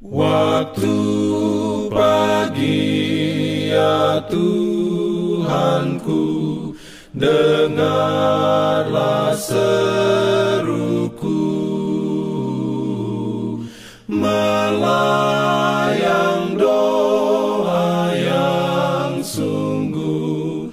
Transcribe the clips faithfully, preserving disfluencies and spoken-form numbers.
Waktu pagi ya Tuhanku, dengarlah seruku, melayang doa yang sungguh,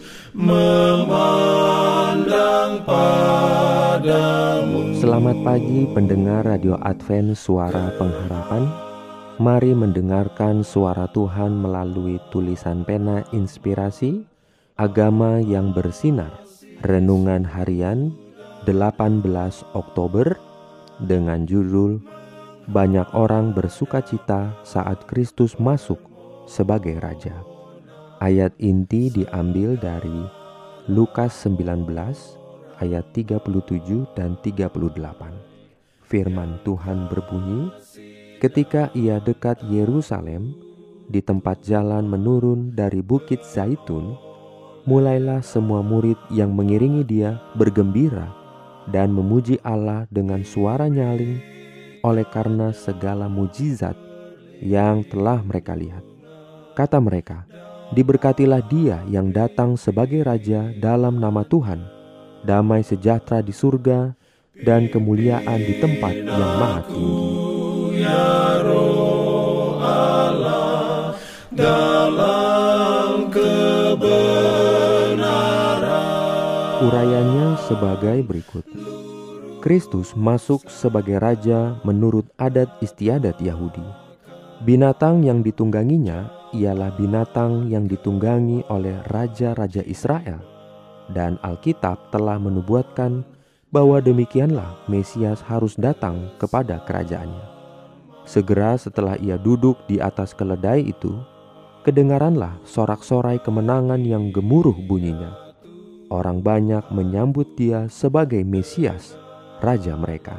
memandang padamu. Selamat pagi pendengar Radio Advent Suara Pengharapan. Mari mendengarkan suara Tuhan melalui tulisan pena inspirasi Agama yang Bersinar, Renungan Harian delapan belas Oktober dengan judul Banyak Orang Bersukacita Saat Kristus Masuk sebagai Raja. Ayat inti diambil dari Lukas sembilan belas ayat tiga puluh tujuh dan tiga puluh delapan. Firman Tuhan berbunyi, ketika ia dekat Yerusalem, di tempat jalan menurun dari Bukit Zaitun, mulailah semua murid yang mengiringi dia bergembira dan memuji Allah dengan suara nyaring oleh karena segala mujizat yang telah mereka lihat. Kata mereka, diberkatilah dia yang datang sebagai Raja dalam nama Tuhan, damai sejahtera di surga dan kemuliaan di tempat yang maha tinggi. Ya Roh Allah, dalam kebenaran. Urayanya sebagai berikut. Kristus masuk sebagai Raja menurut adat istiadat Yahudi. Binatang yang ditungganginya ialah binatang yang ditunggangi oleh raja-raja Israel. Dan Alkitab telah menubuatkan bahwa demikianlah Mesias harus datang kepada kerajaannya. Segera setelah ia duduk di atas keledai itu, kedengaranlah sorak-sorai kemenangan yang gemuruh bunyinya. Orang banyak menyambut dia sebagai Mesias, Raja mereka.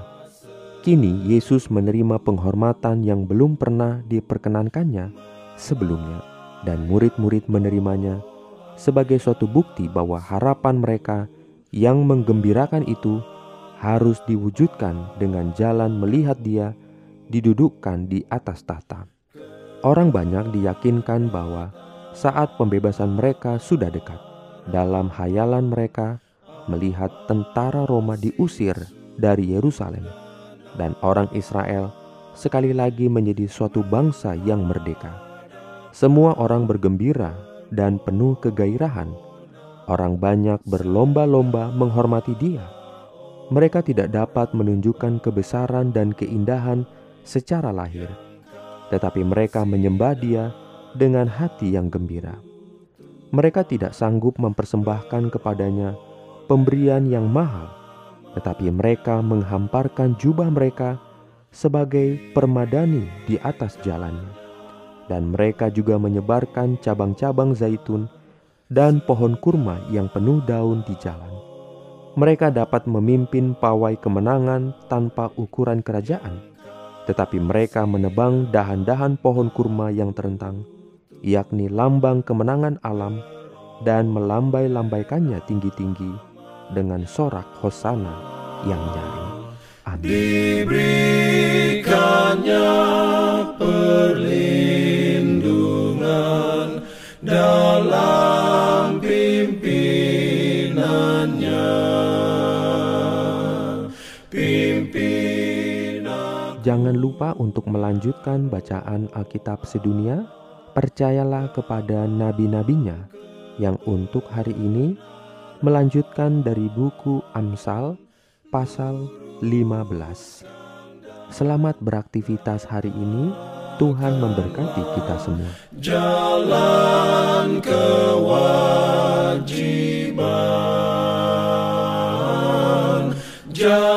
Kini Yesus menerima penghormatan yang belum pernah diperkenankannya sebelumnya, dan murid-murid menerimanya sebagai suatu bukti bahwa harapan mereka yang menggembirakan itu harus diwujudkan dengan jalan melihat dia didudukkan di atas tahta. Orang banyak diyakinkan bahwa saat pembebasan mereka sudah dekat. Dalam hayalan mereka melihat tentara Roma diusir dari Yerusalem, dan orang Israel sekali lagi menjadi suatu bangsa yang merdeka. Semua orang bergembira dan penuh kegairahan. Orang banyak berlomba-lomba menghormati dia. Mereka tidak dapat menunjukkan kebesaran dan keindahan secara lahir, tetapi mereka menyembah dia dengan hati yang gembira. Mereka tidak sanggup mempersembahkan kepadanya pemberian yang mahal, tetapi mereka menghamparkan jubah mereka sebagai permadani di atas jalannya. Dan mereka juga menyebarkan cabang-cabang zaitun dan pohon kurma yang penuh daun di jalan. Mereka dapat memimpin pawai kemenangan tanpa ukuran kerajaan, tetapi mereka menebang dahan-dahan pohon kurma yang terentang, yakni lambang kemenangan alam, dan melambai-lambaikannya tinggi-tinggi dengan sorak hosana yang nyaring. Amin. Diberikannya perlindungan dalam pimpinannya. Jangan lupa untuk melanjutkan bacaan Alkitab sedunia. Percayalah kepada nabi-nabinya yang untuk hari ini melanjutkan dari buku Amsal pasal lima belas. Selamat beraktivitas hari ini. Tuhan memberkati kita semua. Jalan kewajiban. Jalan